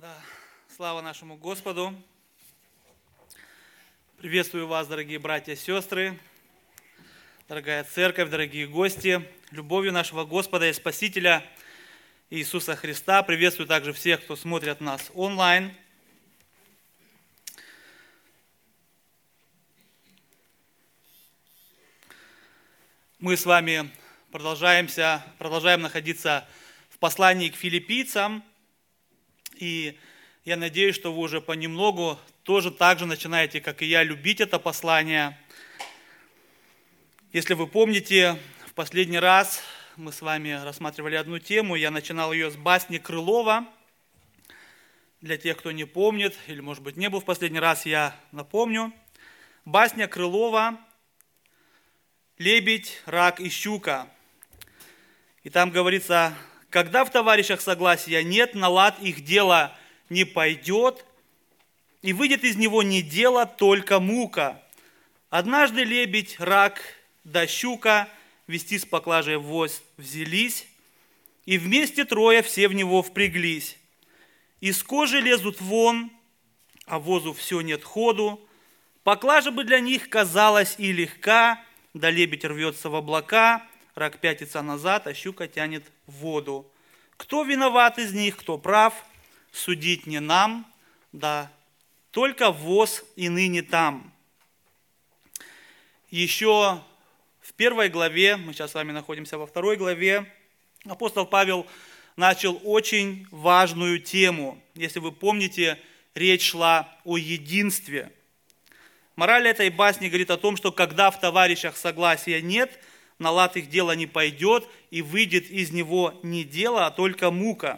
Да, слава нашему Господу. Приветствую вас, дорогие братья и сестры, дорогая церковь, дорогие гости. Любовью нашего Господа и Спасителя Иисуса Христа. Приветствую также всех, кто смотрит нас онлайн. Мы с вами продолжаем находиться в послании к филиппийцам. И я надеюсь, что вы уже понемногу тоже так же начинаете, как и я, любить это послание. Если вы помните, в последний раз мы с вами рассматривали одну тему. Я начинал ее с басни Крылова. Для тех, кто не помнит, или, может быть, не был в последний раз, я напомню. Басня Крылова «Лебедь, рак и щука». И там говорится: «Когда в товарищах согласия нет, на лад их дело не пойдет, и выйдет из него не дело, только мука. Однажды лебедь, рак да щука вести с поклажей в воз взялись, и вместе трое все в него впряглись. Из кожи лезут вон, а возу все нет ходу. Поклажа бы для них казалась и легка, да лебедь рвется в облака, рак пятится назад, а щука тянет в воду. Кто виноват из них, кто прав, судить не нам, да только воз и ныне там». Еще в 1 главе, мы сейчас с вами находимся во 2 главе, апостол Павел начал очень важную тему. Если вы помните, речь шла о единстве. Мораль этой басни говорит о том, что когда в товарищах согласия нет, на лад их дело не пойдет, и выйдет из него не дело, а только мука.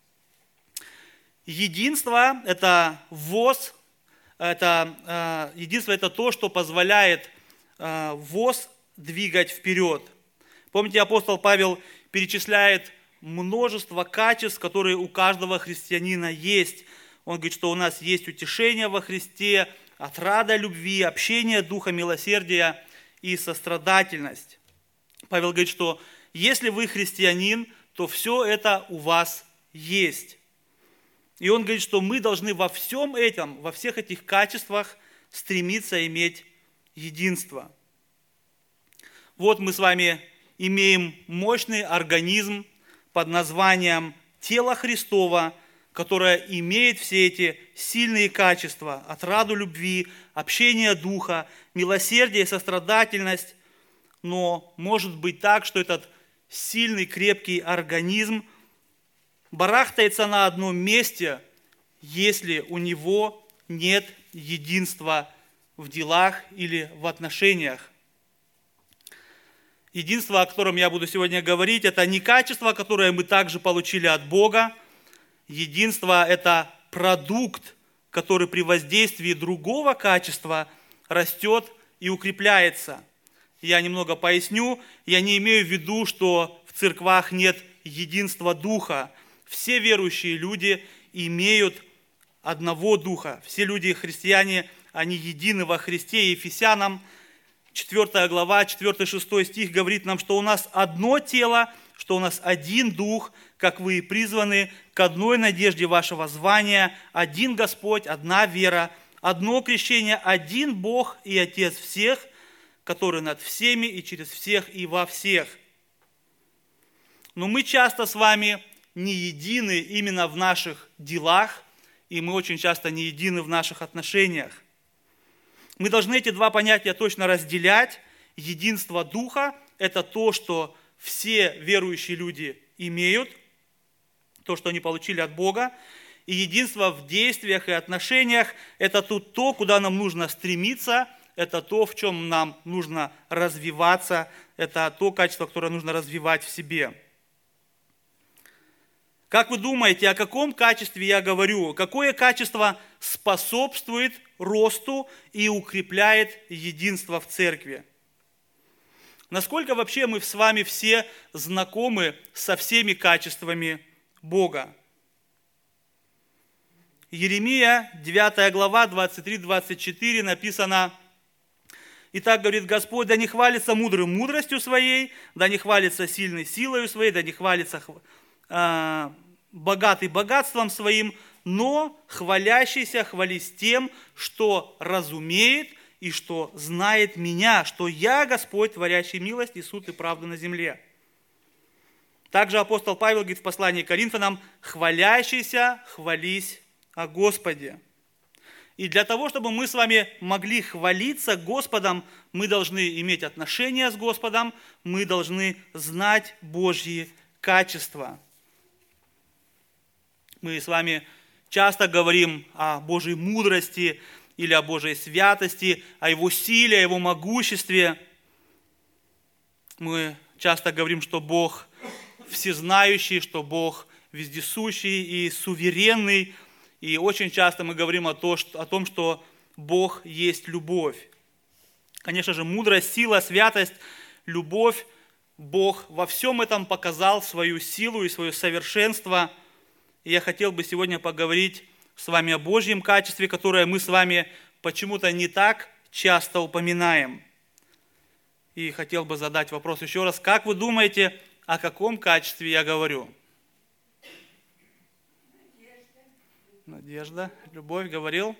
Единство – это воз, единство – это то, что позволяет воз двигать вперед. Помните, апостол Павел перечисляет множество качеств, которые у каждого христианина есть. Он говорит, что у нас есть утешение во Христе, отрада любви, общение духа, милосердия и сострадательность. Павел говорит, что если вы христианин, то все это у вас есть. И он говорит, что мы должны во всем этом, во всех этих качествах стремиться иметь единство. Вот мы с вами имеем мощный организм под названием тело Христово, которое имеет все эти сильные качества: отраду любви, общение духа, милосердие и сострадательность. Но может быть так, что этот сильный, крепкий организм барахтается на одном месте, если у него нет единства в делах или в отношениях. Единство, о котором я буду сегодня говорить, это не качество, которое мы также получили от Бога. Единство – это продукт, который при воздействии другого качества растет и укрепляется. Я немного поясню. Я не имею в виду, что в церквах нет единства духа. Все верующие люди имеют одного духа. Все люди, христиане, они едины во Христе. Ефесянам 4 глава, 4-6 стих говорит нам, что у нас одно тело, что у нас один дух, как вы и призваны к одной надежде вашего звания, один Господь, одна вера, одно крещение, один Бог и Отец всех, который над всеми и через всех и во всех. Но мы часто с вами не едины именно в наших делах, и мы очень часто не едины в наших отношениях. Мы должны эти два понятия точно разделять. Единство Духа – это то, что все верующие люди имеют, то, что они получили от Бога. И единство в действиях и отношениях – это то, куда нам нужно стремиться, это то, в чем нам нужно развиваться, это то качество, которое нужно развивать в себе. Как вы думаете, о каком качестве я говорю? Какое качество способствует росту и укрепляет единство в церкви? Насколько вообще мы с вами все знакомы со всеми качествами Бога? Иеремия, 9 глава, 23-24 написано: «Итак, говорит Господь, да не хвалится мудрым мудростью своей, да не хвалится сильной силою своей, да не хвалится богатый богатством своим, но хвалящийся хвались тем, что разумеет и что знает меня, что я Господь, творящий милость и суд и правду на земле». Также апостол Павел говорит в послании к Коринфянам: «Хвалящийся хвались о Господе». И для того, чтобы мы с вами могли хвалиться Господом, мы должны иметь отношения с Господом, мы должны знать Божьи качества. Мы с вами часто говорим о Божьей мудрости или о Божьей святости, о Его силе, о Его могуществе. Мы часто говорим, что Бог всезнающий, что Бог вездесущий и суверенный. И очень часто мы говорим о том, что Бог есть любовь. Конечно же, мудрость, сила, святость, любовь. Бог во всем этом показал свою силу и свое совершенство. И я хотел бы сегодня поговорить с вами о Божьем качестве, которое мы с вами почему-то не так часто упоминаем. И хотел бы задать вопрос еще раз. Как вы думаете, о каком качестве я говорю? Надежда, любовь, говорил.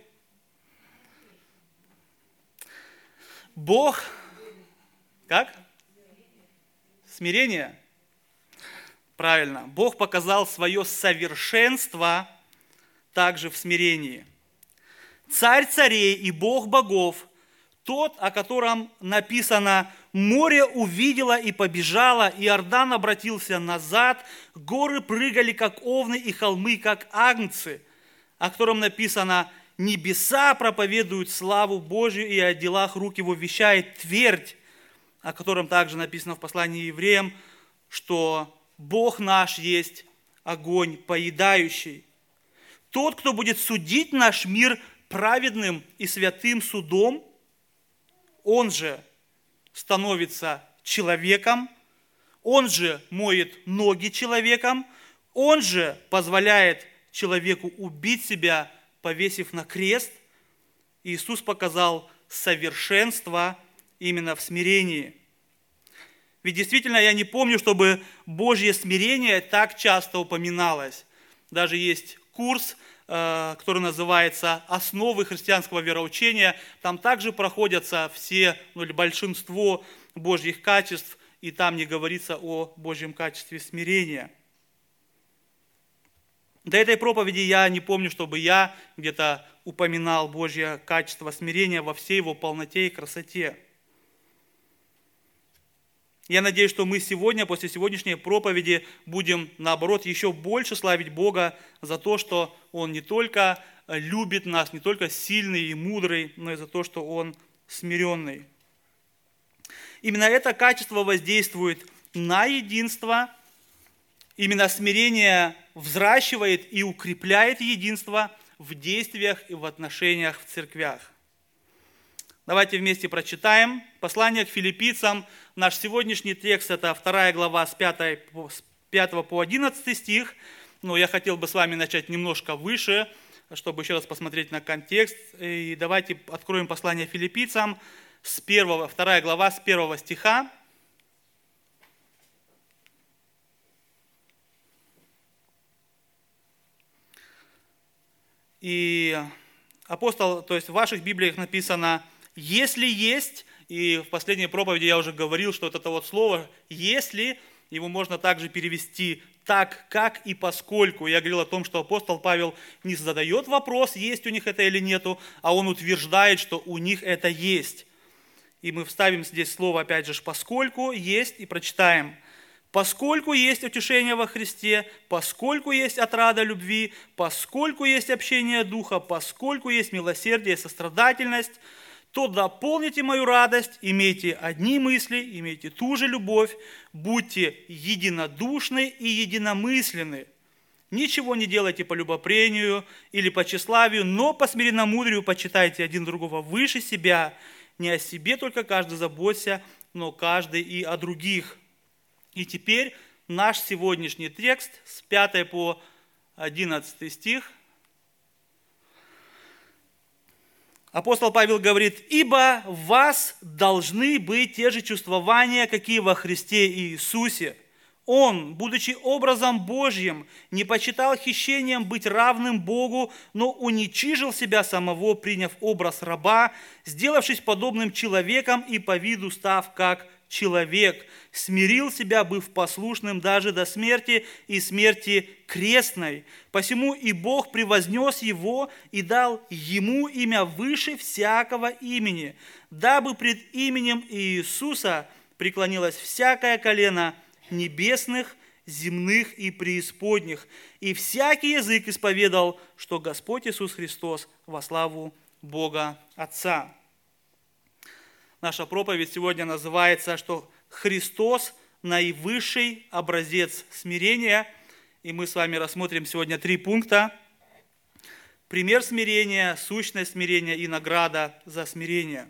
Бог, как? Смирение. Правильно. Бог показал свое совершенство также в смирении. Царь царей и Бог богов, тот, о котором написано: «Море увидело и побежало, и Иордан обратился назад, горы прыгали, как овны, и холмы, как агнцы», о котором написано: «Небеса проповедуют славу Божию, и о делах рук его вещает твердь», о котором также написано в послании евреям, что Бог наш есть огонь поедающий. Тот, кто будет судить наш мир праведным и святым судом, он же становится человеком, он же моет ноги человеком, он же позволяет человеку убить себя, повесив на крест. Иисус показал совершенство именно в смирении. Ведь действительно я не помню, чтобы Божье смирение так часто упоминалось. Даже есть курс, который называется «Основы христианского вероучения». Там также проходятся все, или большинство Божьих качеств, и там не говорится о Божьем качестве смирения. До этой проповеди я не помню, чтобы я где-то упоминал Божье качество смирения во всей его полноте и красоте. Я надеюсь, что мы сегодня, после сегодняшней проповеди, будем, наоборот, еще больше славить Бога за то, что Он не только любит нас, не только сильный и мудрый, но и за то, что Он смиренный. Именно это качество воздействует на единство. Именно смирение взращивает и укрепляет единство в действиях и в отношениях в церквях. Давайте вместе прочитаем послание к филиппийцам. Наш сегодняшний текст – это 2 глава с 5 по 11 стих. Но я хотел бы с вами начать немножко выше, чтобы еще раз посмотреть на контекст. И давайте откроем послание филиппийцам, 2 глава с 1 стиха. И апостол, то есть в ваших Библиях написано «если есть», и в последней проповеди я уже говорил, что вот это вот слово «если», его можно также перевести «так, как и поскольку». Я говорил о том, что апостол Павел не задает вопрос, есть у них это или нету, а он утверждает, что у них это есть. И мы вставим здесь слово, опять же, «поскольку есть», и прочитаем: «Поскольку есть утешение во Христе, поскольку есть отрада любви, поскольку есть общение Духа, поскольку есть милосердие и сострадательность, то дополните мою радость, имейте одни мысли, имейте ту же любовь, будьте единодушны и единомысленны. Ничего не делайте по любопрению или по тщеславию, но по смиренномудрию почитайте один другого выше себя. Не о себе только каждый заботься, но каждый и о других». И теперь наш сегодняшний текст с 5 по 11 стих. Апостол Павел говорит: «Ибо в вас должны быть те же чувствования, какие во Христе Иисусе. Он, будучи образом Божьим, не почитал хищением быть равным Богу, но уничижил себя самого, приняв образ раба, сделавшись подобным человеком и по виду став как человек, смирил себя, быв послушным даже до смерти и смерти крестной. Посему и Бог превознес его и дал ему имя выше всякого имени, дабы пред именем Иисуса преклонилось всякое колено небесных, земных и преисподних, и всякий язык исповедал, что Господь Иисус Христос во славу Бога Отца. Наша проповедь сегодня называется, что Христос – наивысший образец смирения, и мы с вами рассмотрим сегодня 3 пункта. Пример смирения, сущность смирения и награда за смирение.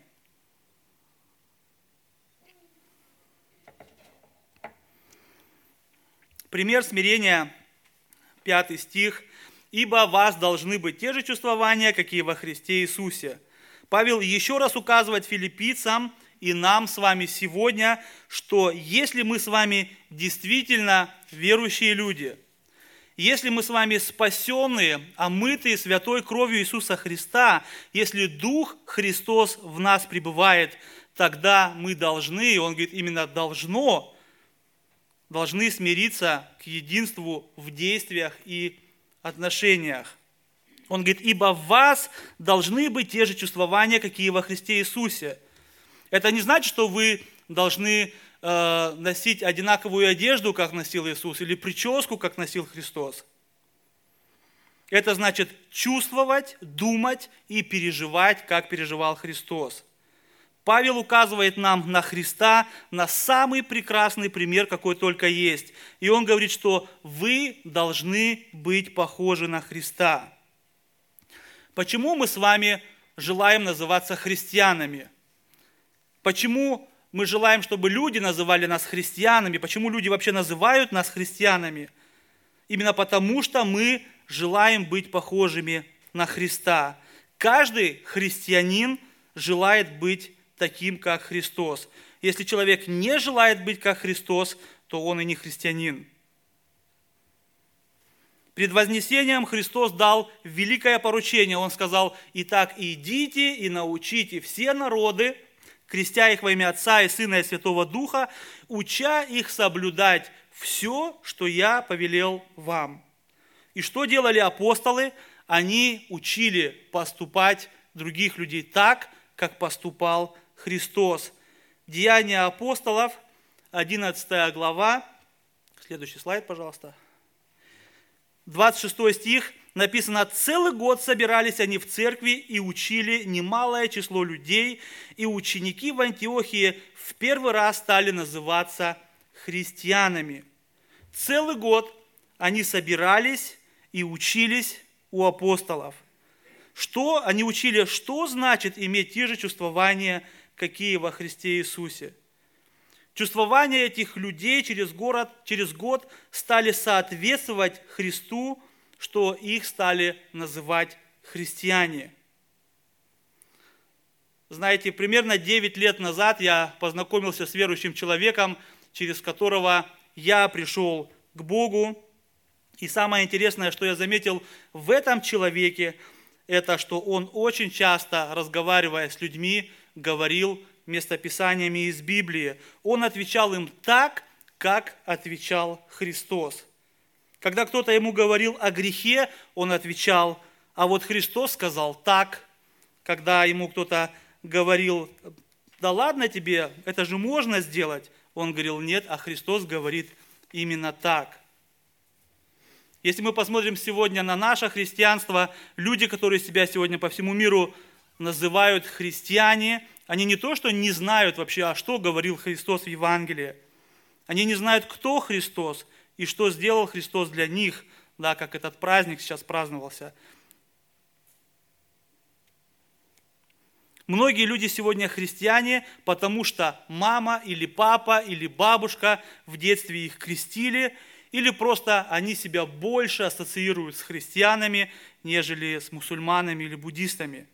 Пример смирения, 5 стих. «Ибо вас должны быть те же чувствования, какие во Христе Иисусе». Павел еще раз указывает филиппийцам и нам с вами сегодня, что если мы с вами действительно верующие люди, если мы с вами спасенные, омытые святой кровью Иисуса Христа, если Дух Христос в нас пребывает, тогда мы должны, он говорит именно должны смириться к единству в действиях и отношениях. Он говорит, ибо в вас должны быть те же чувствования, какие во Христе Иисусе. Это не значит, что вы должны носить одинаковую одежду, как носил Иисус, или прическу, как носил Христос. Это значит чувствовать, думать и переживать, как переживал Христос. Павел указывает нам на Христа, на самый прекрасный пример, какой только есть. И он говорит, что вы должны быть похожи на Христа. Почему мы с вами желаем называться христианами? Почему мы желаем, чтобы люди называли нас христианами? Почему люди вообще называют нас христианами? Именно потому, что мы желаем быть похожими на Христа. Каждый христианин желает быть таким, как Христос. Если человек не желает быть как Христос, то он и не христианин. Перед вознесением Христос дал великое поручение. Он сказал, «Итак, идите и научите все народы, крестя их во имя Отца и Сына и Святого Духа, уча их соблюдать все, что я повелел вам». И что делали апостолы? Они учили поступать других людей так, как поступал Христос. Деяния апостолов, 11 глава. Следующий слайд, пожалуйста. 26 стих написано, «Целый год собирались они в церкви и учили немалое число людей, и ученики в Антиохии в первый раз стали называться христианами». Целый год они собирались и учились у апостолов. Что они учили? Что значит иметь те же чувствования, какие во Христе Иисусе? Чувствования этих людей через год стали соответствовать Христу, что их стали называть христиане. Знаете, примерно 9 лет назад я познакомился с верующим человеком, через которого я пришел к Богу. И самое интересное, что я заметил в этом человеке, это что он очень часто, разговаривая с людьми, говорил местописаниями из Библии. Он отвечал им так, как отвечал Христос. Когда кто-то ему говорил о грехе, он отвечал, а вот Христос сказал так. Когда ему кто-то говорил, да ладно тебе, это же можно сделать, он говорил нет, а Христос говорит именно так. Если мы посмотрим сегодня на наше христианство, люди, которые себя сегодня по всему миру называют христиане, они не то, что не знают вообще, а что говорил Христос в Евангелии. Они не знают, кто Христос и что сделал Христос для них, да, как этот праздник сейчас праздновался. Многие люди сегодня христиане, потому что мама или папа или бабушка в детстве их крестили, или просто они себя больше ассоциируют с христианами, нежели с мусульманами или буддистами.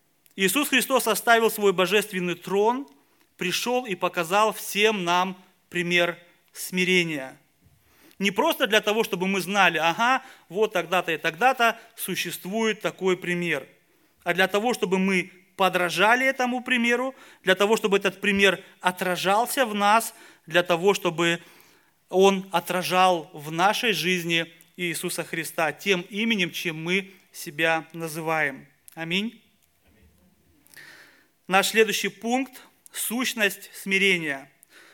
Иисус Христос оставил свой божественный трон, пришел и показал всем нам пример смирения. Не просто для того, чтобы мы знали, ага, вот тогда-то и тогда-то существует такой пример, а для того, чтобы мы подражали этому примеру, для того, чтобы этот пример отражался в нас, для того, чтобы он отражал в нашей жизни Иисуса Христа тем именем, чем мы себя называем. Аминь. Наш следующий пункт – сущность смирения.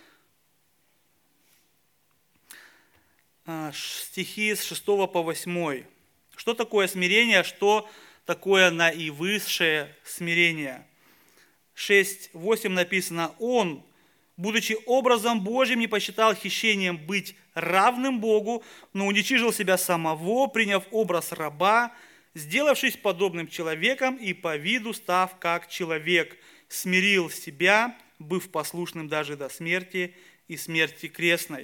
Стихи с 6 по 8. Что такое смирение? Что такое наивысшее смирение? 6:8 написано: «Он, будучи образом Божьим, не посчитал хищением быть равным Богу, но уничижил себя самого, приняв образ раба, сделавшись подобным человеком и по виду став как человек, смирил себя, быв послушным даже до смерти и смерти крестной».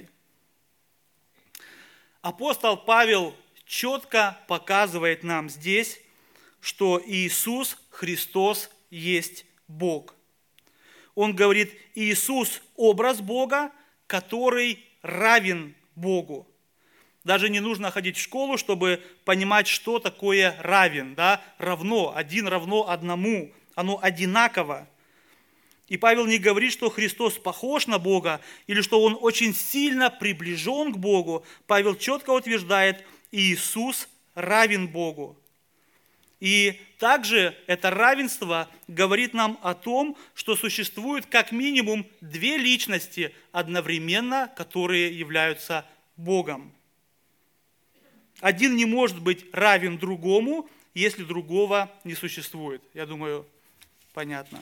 Апостол Павел четко показывает нам здесь, что Иисус Христос есть Бог. Он говорит: Иисус – образ Бога, который равен Богу. Даже не нужно ходить в школу, чтобы понимать, что такое равен. Да? Равно, один равно одному, оно одинаково. И Павел не говорит, что Христос похож на Бога или что Он очень сильно приближен к Богу. Павел четко утверждает: Иисус равен Богу. И также это равенство говорит нам о том, что существует как минимум две личности одновременно, которые являются Богом. Один не может быть равен другому, если другого не существует. Я думаю, понятно.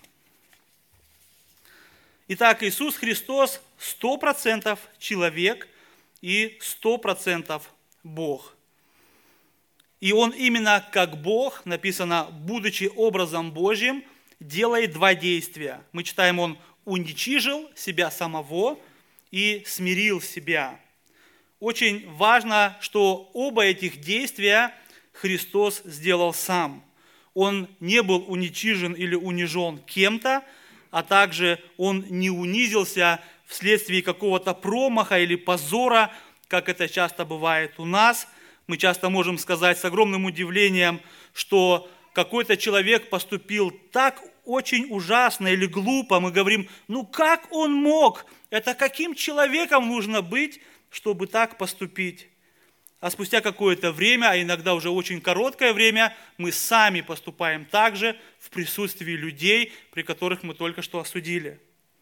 Итак, Иисус Христос 100% человек и 100% Бог. И Он именно как Бог, написано, будучи образом Божьим, делает два действия. Мы читаем, Он уничижил себя самого и смирил себя. Очень важно, что оба этих действия Христос сделал сам. Он не был уничижен или унижен кем-то, а также Он не унизился вследствие какого-то промаха или позора, как это часто бывает у нас. Мы часто можем сказать с огромным удивлением, что какой-то человек поступил так очень ужасно или глупо. Мы говорим: ну как он мог? Это каким человеком нужно быть, чтобы так поступить? А спустя какое-то время, а иногда уже очень короткое время, мы сами поступаем так же в присутствии людей, при которых мы только что осудили.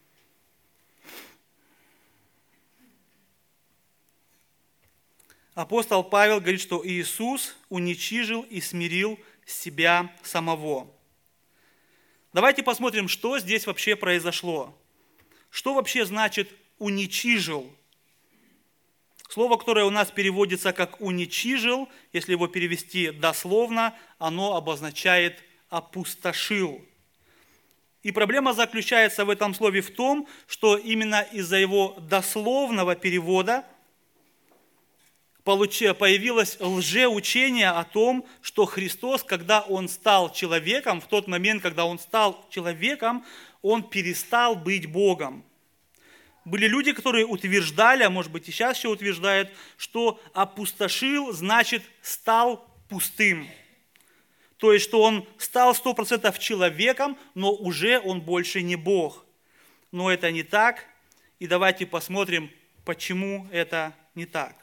Апостол Павел говорит, что Иисус уничижил и смирил себя самого. Давайте посмотрим, что здесь вообще произошло. Что вообще значит «уничижил»? Слово, которое у нас переводится как «уничижил», если его перевести дословно, оно обозначает «опустошил». И проблема заключается в этом слове в том, что именно из-за его дословного перевода появилось лжеучение о том, что Христос, когда Он стал человеком, в тот момент, когда Он стал человеком, Он перестал быть Богом. Были люди, которые утверждали, а может быть и сейчас еще утверждают, что опустошил, значит стал пустым. То есть, что Он стал 100% человеком, но уже Он больше не Бог. Но это не так, и давайте посмотрим, почему это не так.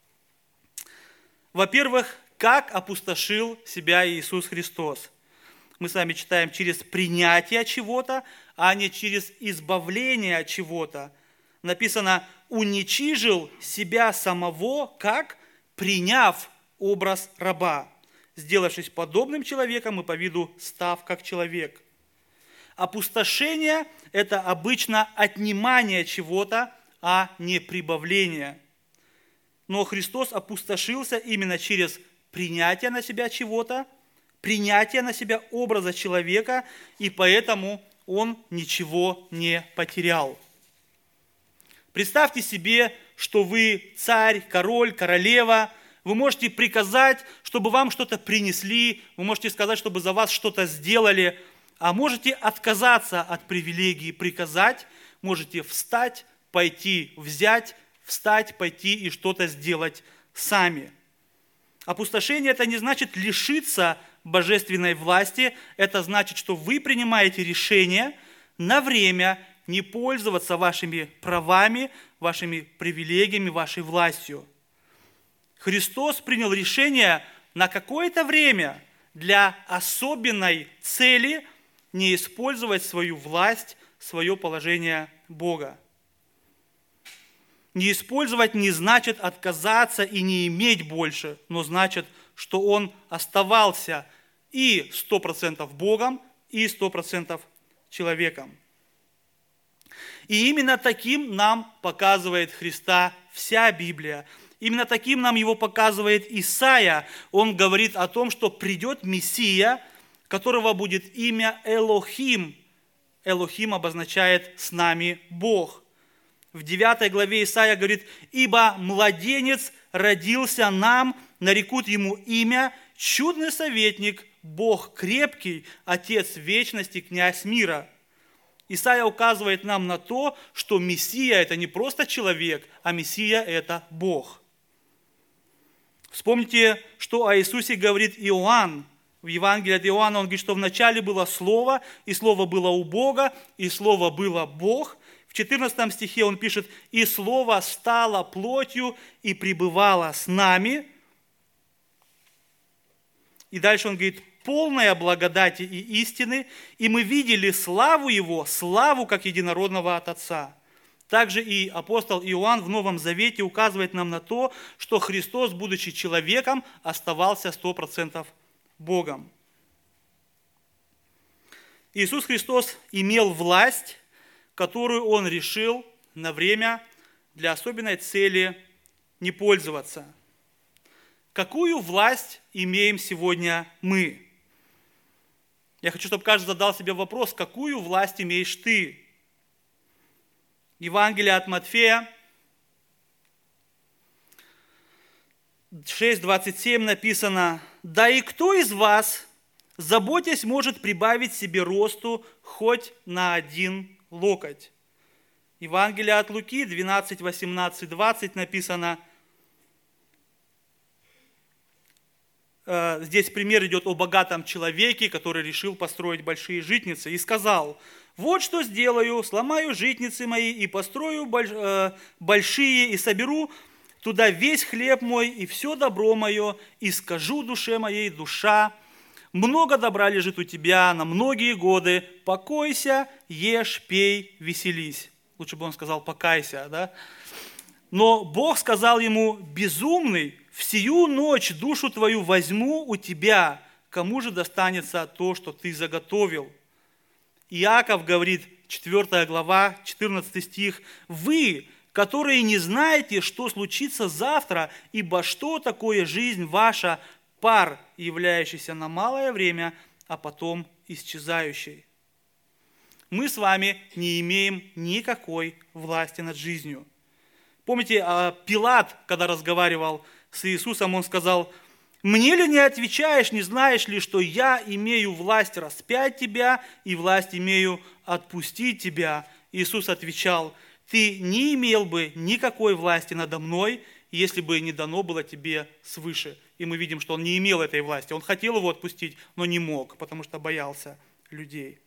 Во-первых, как опустошил себя Иисус Христос? Мы с вами читаем через принятие чего-то, а не через избавление от чего-то. Написано: уничижил себя самого, как приняв образ раба, сделавшись подобным человеком и по виду став как человек. Опустошение – это обычно отнимание чего-то, а не прибавление. Но Христос опустошился именно через принятие на себя чего-то, принятие на себя образа человека, и поэтому Он ничего не потерял. Представьте себе, что вы царь, король, королева. Вы можете приказать, чтобы вам что-то принесли, вы можете сказать, чтобы за вас что-то сделали, а можете отказаться от привилегии приказать, можете встать, пойти взять, встать, пойти и что-то сделать сами. Опустошение – это не значит лишиться божественной власти, это значит, что вы принимаете решение на время не пользоваться вашими правами, вашими привилегиями, вашей властью. Христос принял решение на какое-то время для особенной цели не использовать свою власть, свое положение Бога. Не использовать не значит отказаться и не иметь больше, но значит, что Он оставался и 100% Богом, и 100% человеком. И именно таким нам показывает Христа вся Библия. Именно таким нам его показывает Исаия. Он говорит о том, что придет Мессия, которого будет имя Элохим. Элохим обозначает «с нами Бог». В 9 главе Исаия говорит: «Ибо младенец родился нам, нарекут ему имя, чудный советник, Бог крепкий, Отец вечности, князь мира». Исаия указывает нам на то, что Мессия – это не просто человек, а Мессия – это Бог. Вспомните, что о Иисусе говорит Иоанн. В Евангелии от Иоанна он говорит, что вначале было Слово, и Слово было у Бога, и Слово было Бог. В 14 стихе он пишет: «И Слово стало плотью и пребывало с нами». И дальше он говорит: «Полная благодати и истины, и мы видели славу Его, славу как единородного от Отца». Также и апостол Иоанн в Новом Завете указывает нам на то, что Христос, будучи человеком, оставался 100% Богом. Иисус Христос имел власть, которую Он решил на время для особенной цели не пользоваться. Какую власть имеем сегодня мы? Я хочу, чтобы каждый задал себе вопрос: какую власть имеешь ты? Евангелие от Матфея 6:27 написано: «Да и кто из вас, заботясь, может прибавить себе росту хоть на 1 локоть?» Евангелие от Луки 12, 18, 20 написано, здесь пример идет о богатом человеке, который решил построить большие житницы, и сказал: «Вот что сделаю, сломаю житницы мои и построю большие, и соберу туда весь хлеб мой и все добро мое, и скажу душе моей: душа, много добра лежит у тебя на многие годы, покойся, ешь, пей, веселись». Лучше бы он сказал: покайся, да? Но Бог сказал ему: «Безумный, в сию ночь душу твою возьму у тебя, кому же достанется то, что ты заготовил?» Иаков говорит, 4 глава, 14 стих: «Вы, которые не знаете, что случится завтра, ибо что такое жизнь ваша, пар, являющийся на малое время, а потом исчезающий». Мы с вами не имеем никакой власти над жизнью. Помните, Пилат, когда разговаривал с Иисусом, он сказал: «Мне ли не отвечаешь, не знаешь ли, что я имею власть распять тебя и власть имею отпустить тебя?» Иисус отвечал: «Ты не имел бы никакой власти надо мной, если бы не дано было тебе свыше». И мы видим, что он не имел этой власти. Он хотел его отпустить, но не мог, потому что боялся людей.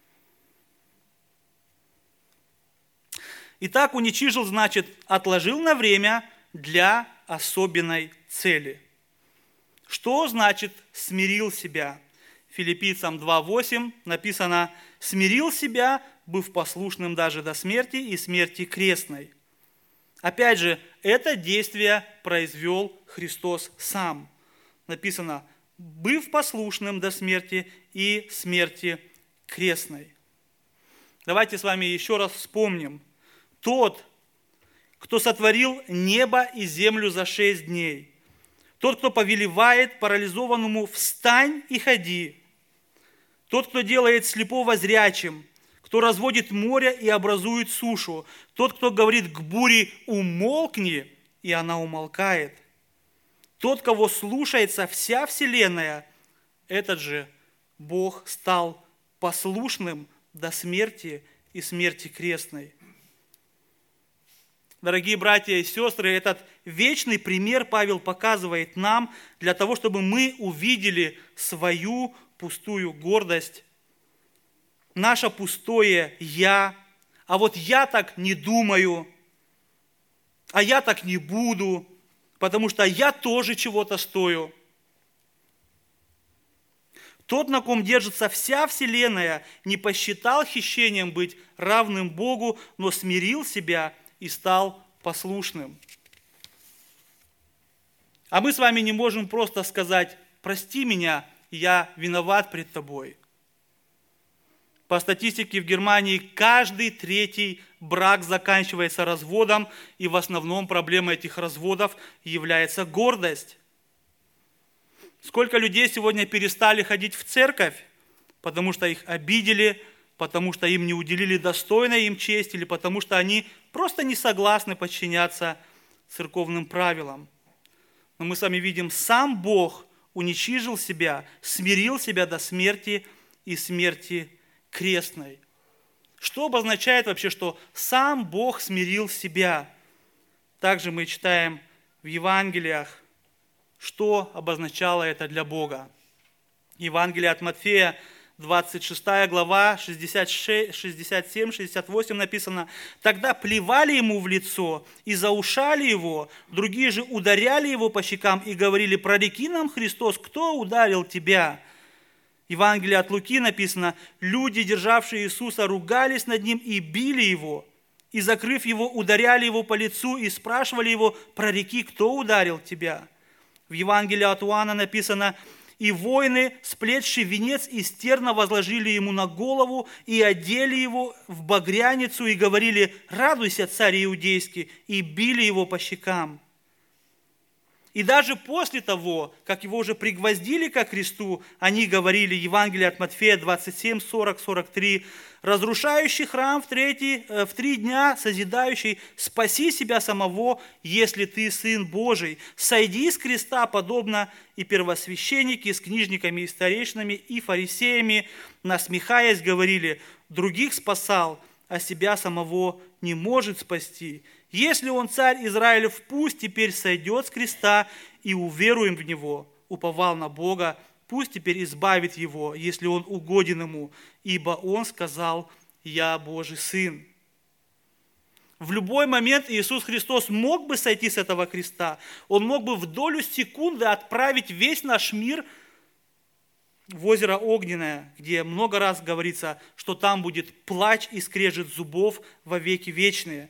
Итак, уничижил, значит, отложил на время для особенной цели. Что значит смирил себя? Филиппийцам 2:8 написано: «Смирил себя, быв послушным даже до смерти и смерти крестной». Опять же, это действие произвел Христос сам. Написано: «быв послушным до смерти и смерти крестной». Давайте с вами еще раз вспомним. Тот, кто сотворил небо и землю за 6 дней, тот, кто повелевает парализованному «встань и ходи», тот, кто делает слепого зрячим, кто разводит море и образует сушу, тот, кто говорит к буре «умолкни», и она умолкает, тот, кого слушается вся вселенная, этот же Бог стал послушным до смерти и смерти крестной. Дорогие братья и сестры, этот вечный пример Павел показывает нам для того, чтобы мы увидели свою пустую гордость, наше пустое «я», а вот я так не думаю, а я так не буду, потому что я тоже чего-то стою. Тот, на ком держится вся вселенная, не посчитал хищением быть равным Богу, но смирил себя и стал послушным. А мы с вами не можем просто сказать: прости меня, я виноват пред тобой. По статистике в Германии каждый третий брак заканчивается разводом, и в основном проблемой этих разводов является гордость. Сколько людей сегодня перестали ходить в церковь, потому что их обидели, потому что им не уделили достойной им чести, или потому что они просто не согласны подчиняться церковным правилам. Но мы с вами видим, сам Бог уничижил себя, смирил себя до смерти и смерти крестной. Что обозначает вообще, что сам Бог смирил себя? Также мы читаем в Евангелиях, что обозначало это для Бога. Евангелие от Матфея, 26 глава, 67-68 написано: «Тогда плевали ему в лицо и заушали его, другие же ударяли его по щекам и говорили: прореки нам, Христос, кто ударил тебя?» Евангелие от Луки написано: «Люди, державшие Иисуса, ругались над ним и били его, и, закрыв его, ударяли его по лицу и спрашивали его: прореки, кто ударил тебя?» В Евангелии от Иоанна написано: «И воины, сплетши венец из терна, возложили ему на голову и одели его в багряницу и говорили: радуйся, царь иудейский, и били его по щекам». И даже после того, как его уже пригвоздили ко кресту, они говорили, Евангелие от Матфея 27, 40, 43, «Разрушающий храм в 3 дня, созидающий, спаси себя самого, если ты Сын Божий, сойди с креста, подобно и первосвященники с книжниками и старейшинами и фарисеями, насмехаясь, говорили: других спасал, а себя самого не может спасти. Если он царь Израилев, пусть теперь сойдет с креста и уверуем в него. Уповал на Бога, пусть теперь избавит его, если он угоден ему, ибо он сказал: я Божий Сын». В любой момент Иисус Христос мог бы сойти с этого креста. Он мог бы в долю секунды отправить весь наш мир в озеро Огненное, где много раз говорится, что там будет плач и скрежет зубов во веки вечные.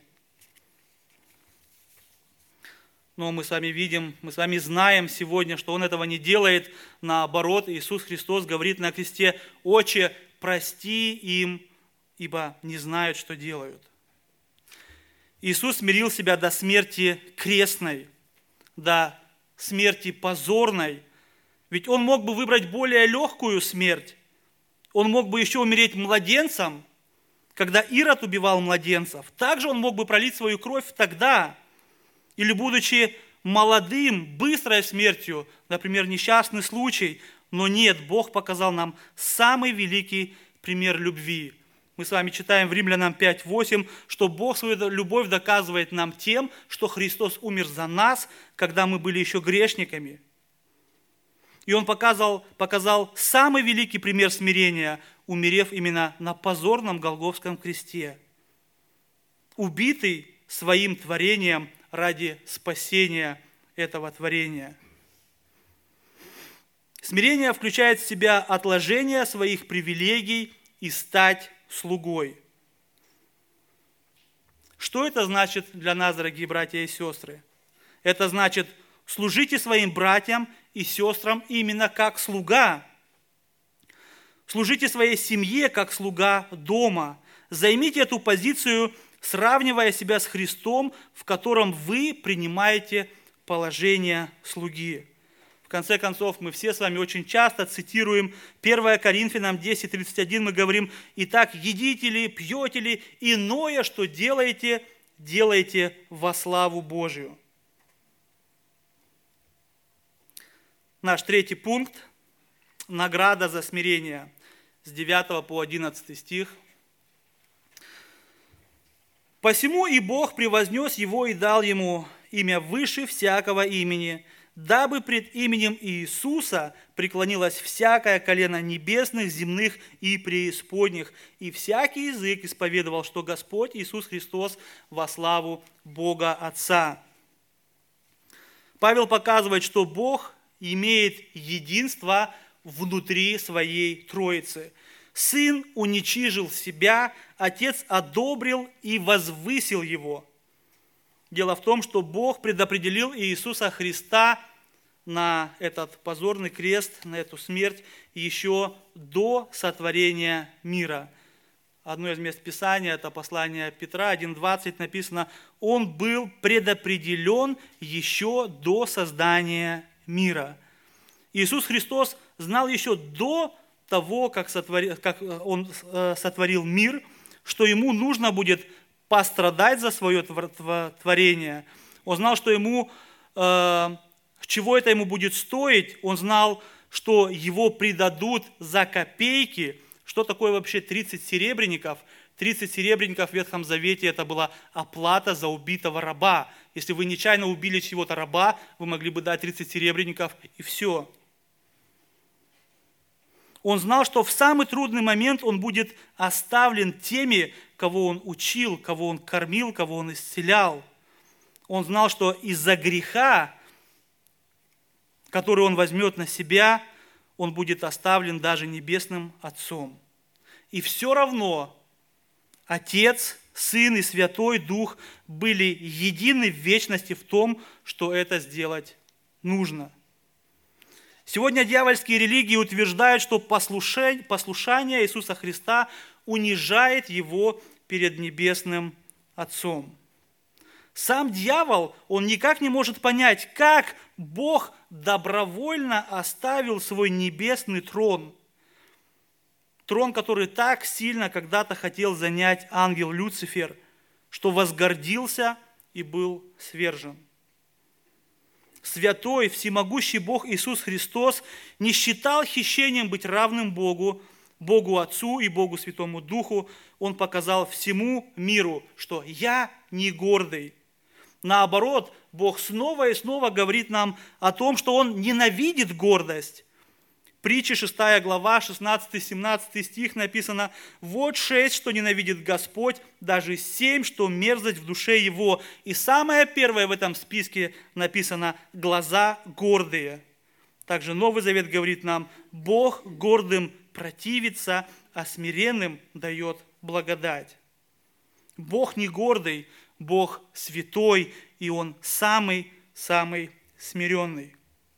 Но мы с вами видим, мы с вами знаем сегодня, что Он этого не делает. Наоборот, Иисус Христос говорит на кресте: «Отче, прости им, ибо не знают, что делают». Иисус смирил себя до смерти крестной, до смерти позорной. Ведь Он мог бы выбрать более легкую смерть. Он мог бы еще умереть младенцем, когда Ирод убивал младенцев. Также Он мог бы пролить свою кровь тогда. Или, будучи молодым, быстрой смертью, например, несчастный случай. Но нет, Бог показал нам самый великий пример любви. Мы с вами читаем в Римлянам 5:8, что Бог свою любовь доказывает нам тем, что Христос умер за нас, когда мы были еще грешниками. И Он показал самый великий пример смирения, умерев именно на позорном Голгофском кресте. Убитый своим творением ради спасения этого творения. Смирение включает в себя отложение своих привилегий и стать слугой. Что это значит для нас, дорогие братья и сестры? Это значит: служите своим братьям и сестрам именно как слуга. Служите своей семье как слуга дома. Займите эту позицию, сравнивая себя с Христом, в котором вы принимаете положение слуги. В конце концов, мы все с вами очень часто цитируем 1 Коринфянам 10:31, мы говорим: «Итак, едите ли, пьете ли, иное, что делаете, делайте во славу Божию». Наш третий пункт – награда за смирение, с 9 по 11 стих. Посему и Бог превознес его и дал ему имя выше всякого имени, дабы пред именем Иисуса преклонилось всякое колено небесных, земных и преисподних, и всякий язык исповедовал, что Господь Иисус Христос во славу Бога Отца». Павел показывает, что Бог имеет единство внутри своей Троицы. Сын уничижил себя, Отец одобрил и возвысил его. Дело в том, что Бог предопределил Иисуса Христа на этот позорный крест, на эту смерть еще до сотворения мира. Одно из мест Писания, это послание Петра 1:20, написано: «Он был предопределен еще до создания мира». Иисус Христос знал еще до того, как Он сотворил мир, что Ему нужно будет пострадать за свое творение. Он знал, что чего это Ему будет стоить. Он знал, что Его предадут за копейки. Что такое вообще 30 серебряников? 30 серебряников в Ветхом Завете – это была оплата за убитого раба. Если вы нечаянно убили чьего-то раба, вы могли бы дать 30 серебряников и все. Он знал, что в самый трудный момент он будет оставлен теми, кого он учил, кого он кормил, кого он исцелял. Он знал, что из-за греха, который он возьмет на себя, он будет оставлен даже Небесным Отцом. И все равно Отец, Сын и Святой Дух были едины в вечности в том, что это сделать нужно. Сегодня дьявольские религии утверждают, что послушание Иисуса Христа унижает Его перед Небесным Отцом. Сам дьявол, он никак не может понять, как Бог добровольно оставил свой небесный трон. Трон, который так сильно когда-то хотел занять ангел Люцифер, что возгордился и был свержен. Святой, всемогущий Бог Иисус Христос не считал хищением быть равным Богу, Богу Отцу и Богу Святому Духу. Он показал всему миру, что «я не гордый». Наоборот, Бог снова и снова говорит нам о том, что Он ненавидит гордость. Притча 6 глава, 16-17 стих написано: «Вот 6, что ненавидит Господь, даже 7, что мерзость в душе Его». И самое первое в этом списке написано: «глаза гордые». Также Новый Завет говорит нам: Бог гордым противится, а смиренным дает благодать. Бог не гордый, Бог святой, и Он самый-самый смиренный.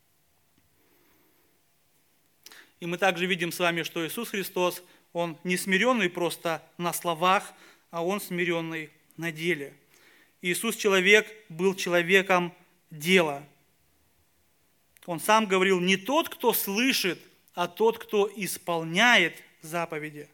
И мы также видим с вами, что Иисус Христос, Он не смиренный просто на словах, а Он смиренный на деле. Иисус человек был человеком дела. Он сам говорил: не тот, кто слышит, а тот, кто исполняет заповеди.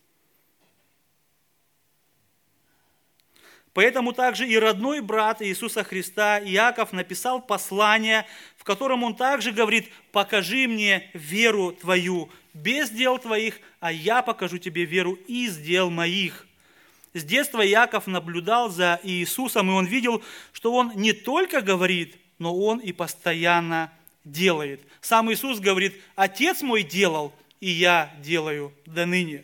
Поэтому также и родной брат Иисуса Христа Иаков написал послание, в котором он также говорит: «Покажи мне веру твою без дел твоих, а я покажу тебе веру из дел моих». С детства Иаков наблюдал за Иисусом, и он видел, что он не только говорит, но он и постоянно делает. Сам Иисус говорит: «Отец мой делал, и я делаю до ныне».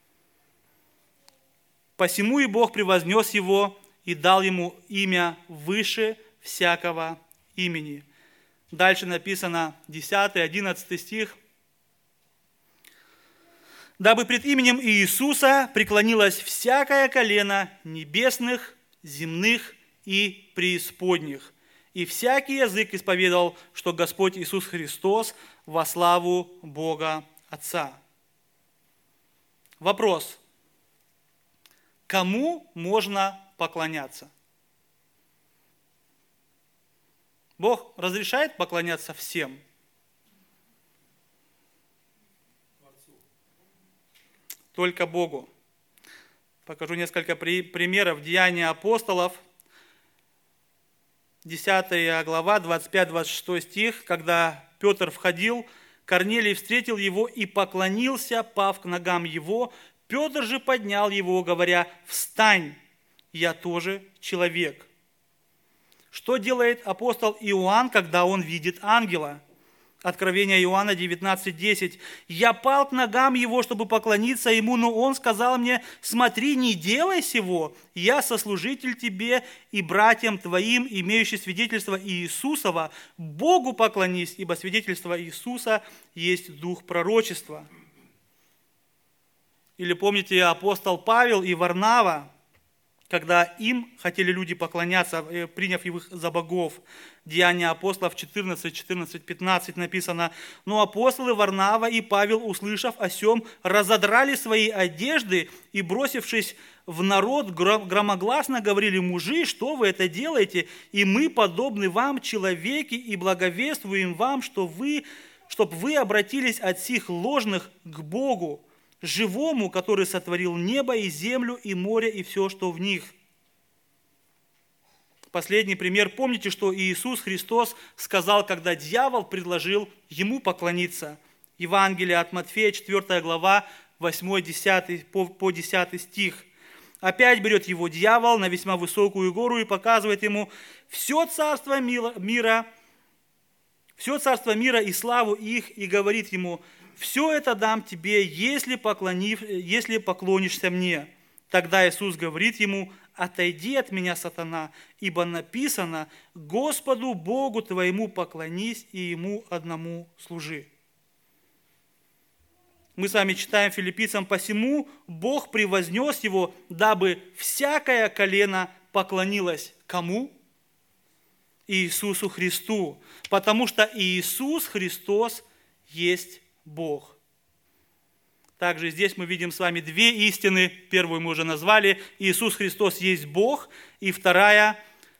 Посему и Бог превознес его и дал ему имя выше всякого имени. Дальше написано 10-11 стих. «Дабы пред именем Иисуса преклонилось всякое колено небесных, земных и преисподних, и всякий язык исповедовал, что Господь Иисус Христос во славу Бога Отца». Вопрос: кому можно поклоняться? Бог разрешает поклоняться всем? Только Богу. Покажу несколько примеров. Деяния апостолов, 10 глава, 25-26 стих. Когда Петр входил, Корнелий встретил его и поклонился, пав к ногам его. Петр же поднял его, говоря: «Встань!» я тоже человек. Что делает апостол Иоанн, когда он видит ангела? Откровение Иоанна 19:10. «Я пал к ногам его, чтобы поклониться ему, но он сказал мне: смотри, не делай сего, я сослужитель тебе и братьям твоим, имеющий свидетельство Иисусова, Богу поклонись, ибо свидетельство Иисуса есть дух пророчества». Или помните апостол Павел и Варнава, когда им хотели люди поклоняться, приняв их за богов. Деяния апостолов 14:15 написано: «Но апостолы Варнава и Павел, услышав о сем, разодрали свои одежды и, бросившись в народ, громогласно говорили: мужи, что вы это делаете? И мы подобны вам, человеки, и благовествуем вам, чтоб вы обратились от сих ложных к Богу, живому, который сотворил небо и землю, и море, и все, что в них». Последний пример. Помните, что Иисус Христос сказал, когда дьявол предложил ему поклониться. Евангелие от Матфея, 4 глава, 8-10 по 10 стих. Опять берет его дьявол на весьма высокую гору и показывает ему все царство мира и славу их, и говорит ему: «Все это дам тебе, если поклонишься мне». Тогда Иисус говорит ему: «Отойди от меня, сатана, ибо написано: Господу Богу твоему поклонись и Ему одному служи». Мы с вами читаем Филиппийцам: «Посему Бог превознес его, дабы всякое колено поклонилось». Кому? Иисусу Христу, потому что Иисус Христос есть Бог. Также здесь мы видим с вами две истины. Первую мы уже назвали: Иисус Христос есть Бог. И вторая: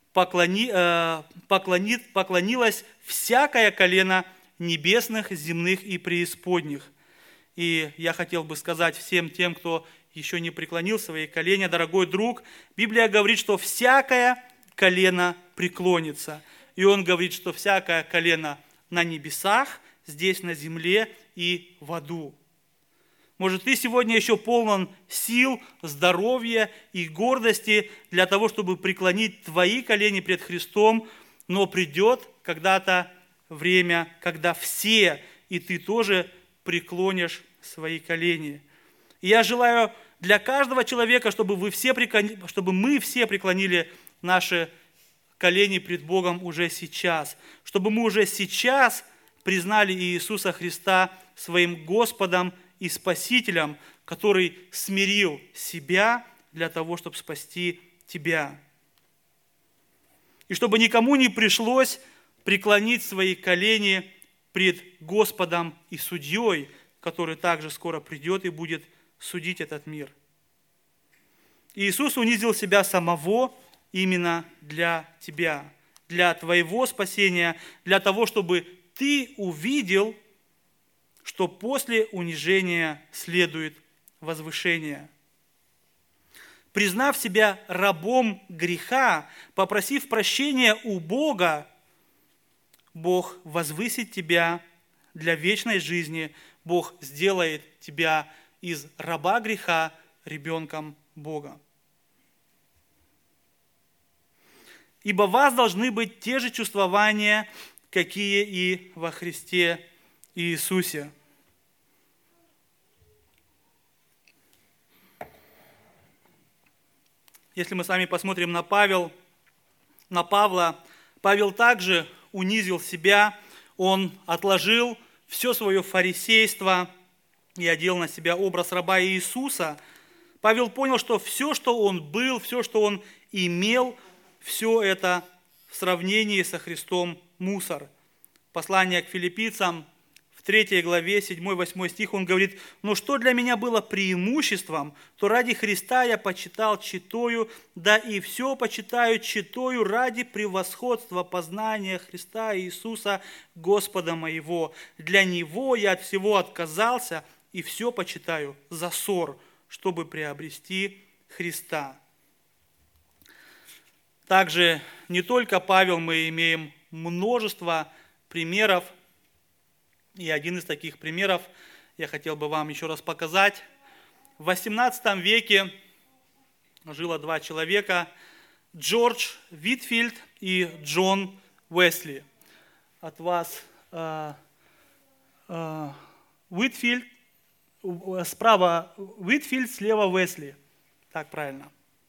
поклонилось всякое колено небесных, земных и преисподних. И я хотел бы сказать всем тем, кто еще не преклонил свои колени: дорогой друг, Библия говорит, что всякое колено преклонится. И Он говорит, что всякое колено на небесах, здесь на земле и в аду. Может, ты сегодня еще полон сил, здоровья и гордости для того, чтобы преклонить твои колени пред Христом, но придет когда-то время, когда все, и ты тоже, преклонишь свои колени. И я желаю для каждого человека, чтобы мы все преклонили наши колени пред Богом уже сейчас, чтобы мы уже сейчас признали Иисуса Христа своим Господом и Спасителем, который смирил себя для того, чтобы спасти тебя. И чтобы никому не пришлось преклонить свои колени пред Господом и Судьей, который также скоро придет и будет судить этот мир. Иисус унизил себя самого именно для тебя, для твоего спасения, для того, чтобы ты увидел, что после унижения следует возвышение. Признав себя рабом греха, попросив прощения у Бога, Бог возвысит тебя для вечной жизни. Бог сделает тебя из раба греха ребенком Бога. Ибо у вас должны быть те же чувствования, какие и во Христе Иисусе. Если мы с вами посмотрим на Павла, Павел также унизил себя, он отложил все свое фарисейство и одел на себя образ раба Иисуса. Павел понял, что все, что он был, все, что он имел, все это в сравнении со Христом мусор. Послание к филиппийцам в 3 главе 7-8 стих он говорит: «Но что для меня было преимуществом, то ради Христа я почитал читою, да и все почитаю читою ради превосходства познания Христа Иисуса Господа моего. Для Него я от всего отказался и все почитаю за ссор, чтобы приобрести Христа». Также не только Павел, мы имеем множество примеров. И один из таких примеров я хотел бы вам еще раз показать. В 18 веке жило два человека, Джордж Уитфилд и Джон Уэсли. От вас Уитфилд, справа Уитфилд, слева Уэсли. Так правильно.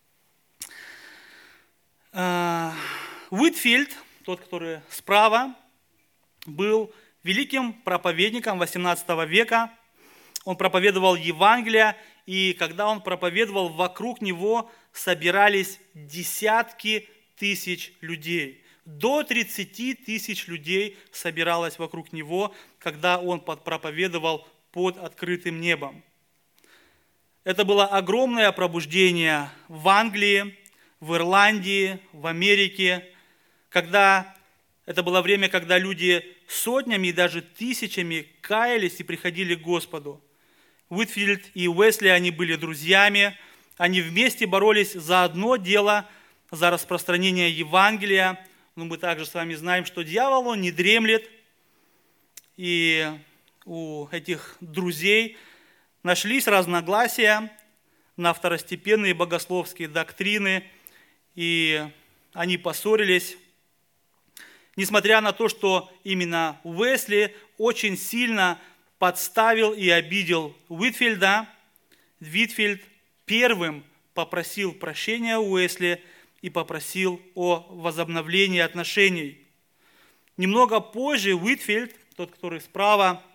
Уитфилд, тот, который справа, был великим проповедником XVIII века. Он проповедовал Евангелие, и когда он проповедовал, вокруг него собирались десятки тысяч людей. До 30 тысяч людей собиралось вокруг него, когда он проповедовал под открытым небом. Это было огромное пробуждение в Англии, в Ирландии, в Америке, когда это было время, когда люди сотнями и даже тысячами каялись и приходили к Господу. Уитфилд и Уэсли, они были друзьями, они вместе боролись за одно дело, за распространение Евангелия. Но мы также с вами знаем, что дьявол, он не дремлет, и у этих друзей нашлись разногласия на второстепенные богословские доктрины, и они поссорились. Несмотря на то, что именно Уэсли очень сильно подставил и обидел Уитфилда, Уитфилд первым попросил прощения у Уэсли и попросил о возобновлении отношений. Немного позже Уитфилд, тот, который справа,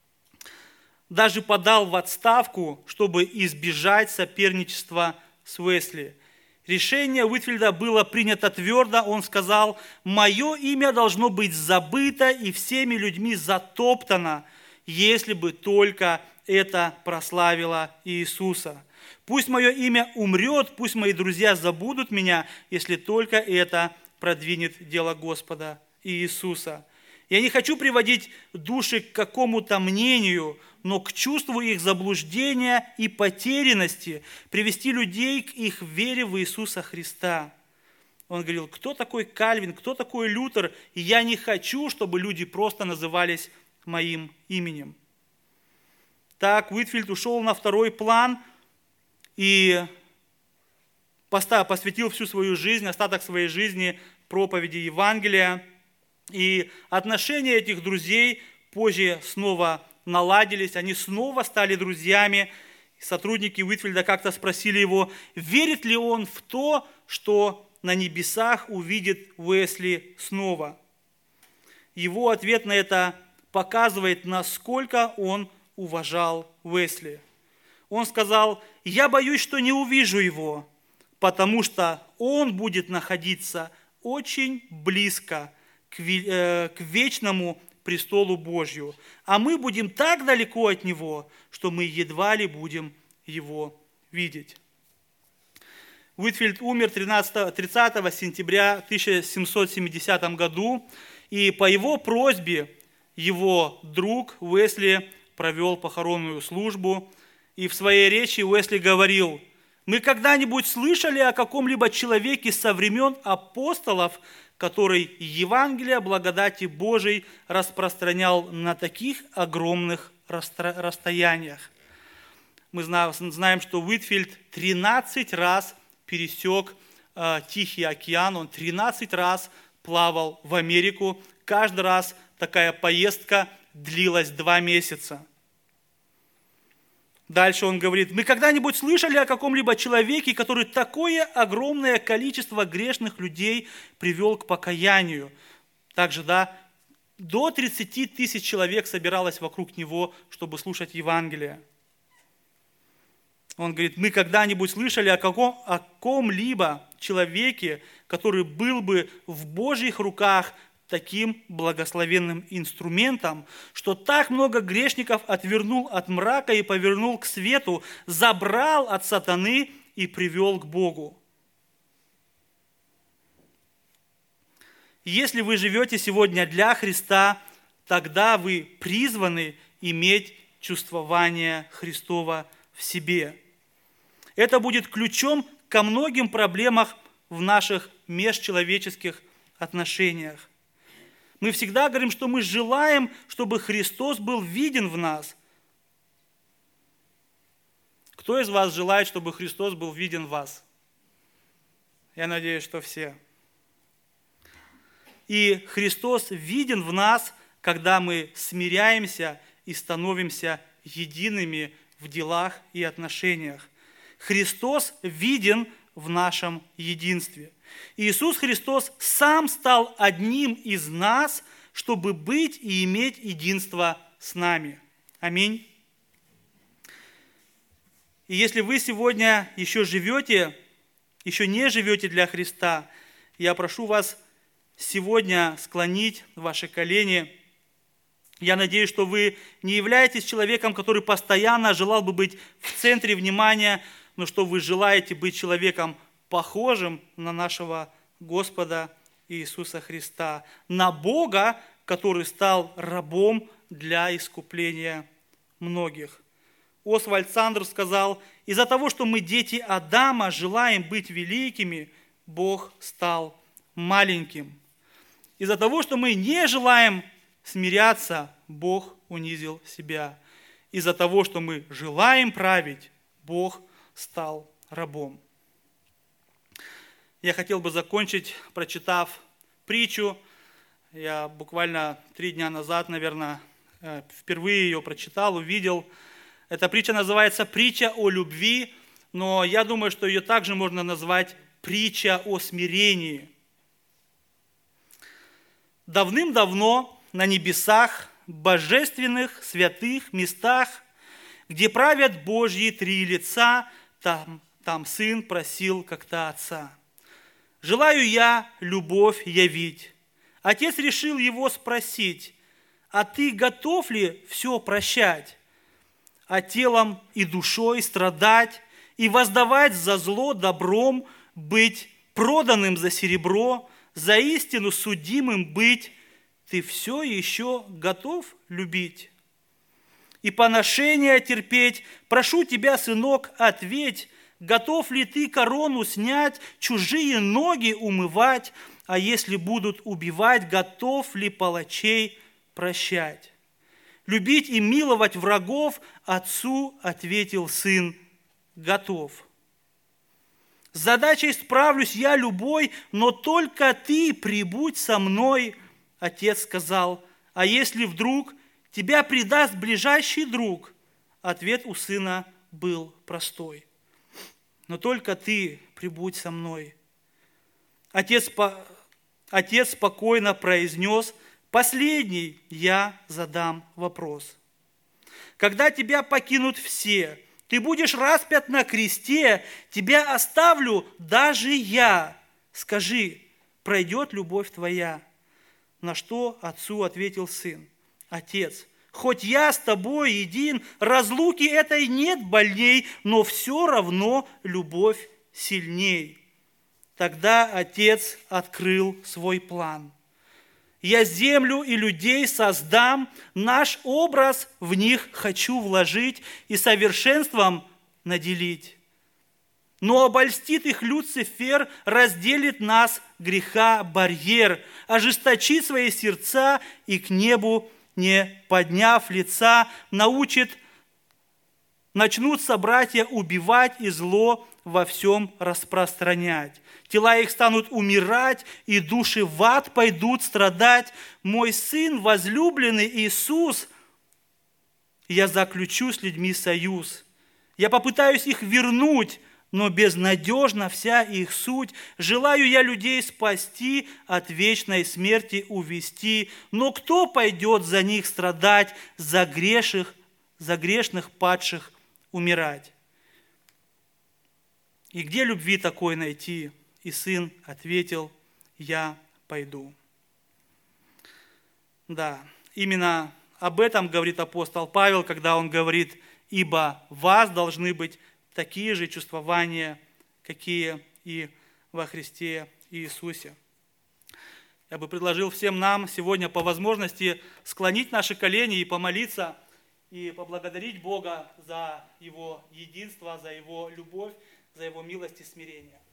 даже подал в отставку, чтобы избежать соперничества с Уэсли. Решение Уитфилда было принято твердо. Он сказал: «Мое имя должно быть забыто и всеми людьми затоптано, если бы только это прославило Иисуса. Пусть мое имя умрет, пусть мои друзья забудут меня, если только это продвинет дело Господа Иисуса». Я не хочу приводить души к какому-то мнению, но к чувству их заблуждения и потерянности, привести людей к их вере в Иисуса Христа. Он говорил: кто такой Кальвин, кто такой Лютер, и я не хочу, чтобы люди просто назывались моим именем. Так Уитфилд ушел на второй план и посвятил всю свою жизнь, остаток своей жизни проповеди Евангелия. И отношения этих друзей позже снова наладились, они снова стали друзьями. Сотрудники Уитфилда как-то спросили его, верит ли он в то, что на небесах увидит Уэсли снова. Его ответ на это показывает, насколько он уважал Уэсли. Он сказал: «Я боюсь, что не увижу его, потому что он будет находиться очень близко к вечному престолу Божью, а мы будем так далеко от него, что мы едва ли будем его видеть». Уитфилд умер 30 сентября 1770 году, и по его просьбе его друг Уэсли провел похоронную службу. И в своей речи Уэсли говорил: «Мы когда-нибудь слышали о каком-либо человеке со времен апостолов, который Евангелие благодати Божией распространял на таких огромных расстояниях?» Мы знаем, что Уитфилд 13 раз пересек Тихий океан, он 13 раз плавал в Америку. Каждый раз такая поездка длилась 2 месяца. Дальше он говорит: «Мы когда-нибудь слышали о каком-либо человеке, который такое огромное количество грешных людей привел к покаянию?» Также, до 30 тысяч человек собиралось вокруг него, чтобы слушать Евангелие. Он говорит: «Мы когда-нибудь слышали о ком-либо человеке, который был бы в Божьих руках таким благословенным инструментом, что так много грешников отвернул от мрака и повернул к свету, забрал от сатаны и привел к Богу». Если вы живете сегодня для Христа, тогда вы призваны иметь чувствование Христова в себе. Это будет ключом ко многим проблемам в наших межчеловеческих отношениях. Мы всегда говорим, что мы желаем, чтобы Христос был виден в нас. Кто из вас желает, чтобы Христос был виден в вас? Я надеюсь, что все. И Христос виден в нас, когда мы смиряемся и становимся едиными в делах и отношениях. Христос виден в нашем единстве. Иисус Христос сам стал одним из нас, чтобы быть и иметь единство с нами. Аминь. И если вы сегодня еще не живете для Христа, я прошу вас сегодня склонить ваши колени. Я надеюсь, что вы не являетесь человеком, который постоянно желал бы быть в центре внимания, но что вы желаете быть человеком, похожим на нашего Господа Иисуса Христа, на Бога, который стал рабом для искупления многих. Освальд Сандерс сказал: из-за того, что мы дети Адама, желаем быть великими, Бог стал маленьким. Из-за того, что мы не желаем смиряться, Бог унизил себя. Из-за того, что мы желаем править, Бог стал рабом. Я хотел бы закончить, прочитав притчу. Я буквально 3 дня назад, наверное, впервые ее прочитал, увидел. Эта притча называется «Притча о любви», но я думаю, что ее также можно назвать «Притча о смирении». Давным-давно на небесах, божественных, святых местах, где правят Божьи 3 лица, там Сын просил как-то Отца: «Желаю я любовь явить». Отец решил его спросить: «А ты готов ли все прощать? А телом и душой страдать, и воздавать за зло добром, быть проданным за серебро, за истину судимым быть, ты все еще готов любить? И поношения терпеть, прошу тебя, сынок, ответь, готов ли ты корону снять, чужие ноги умывать, а если будут убивать, готов ли палачей прощать? Любить и миловать врагов, отцу ответил сын: готов. С задачей справлюсь я любой, но только ты прибудь со мной, отец сказал. А если вдруг тебя предаст ближайший друг? Ответ у сына был простой: но только ты прибудь со мной. Отец спокойно произнес: последний я задам вопрос. Когда тебя покинут все, ты будешь распят на кресте, тебя оставлю даже я. Скажи, пройдет любовь твоя? На что отцу ответил сын: отец, хоть я с тобой един, разлуки этой нет больней, но все равно любовь сильней. Тогда отец открыл свой план. Я землю и людей создам, наш образ в них хочу вложить и совершенством наделить. Но обольстит их Люцифер, разделит нас греха барьер, ожесточит свои сердца и к небу, не подняв лица, начнутся братья убивать и зло во всем распространять. Тела их станут умирать, и души в ад пойдут страдать. Мой сын, возлюбленный Иисус, я заключу с людьми союз. Я попытаюсь их вернуть, но безнадежна вся их суть. Желаю я людей спасти, от вечной смерти увести. Но кто пойдет за них страдать, за грешных падших умирать? И где любви такой найти? И сын ответил: я пойду. Да, именно об этом говорит апостол Павел, когда он говорит: ибо в вас должны быть такие же чувствования, какие и во Христе Иисусе. Я бы предложил всем нам сегодня по возможности склонить наши колени и помолиться, и поблагодарить Бога за Его единство, за Его любовь, за Его милость и смирение.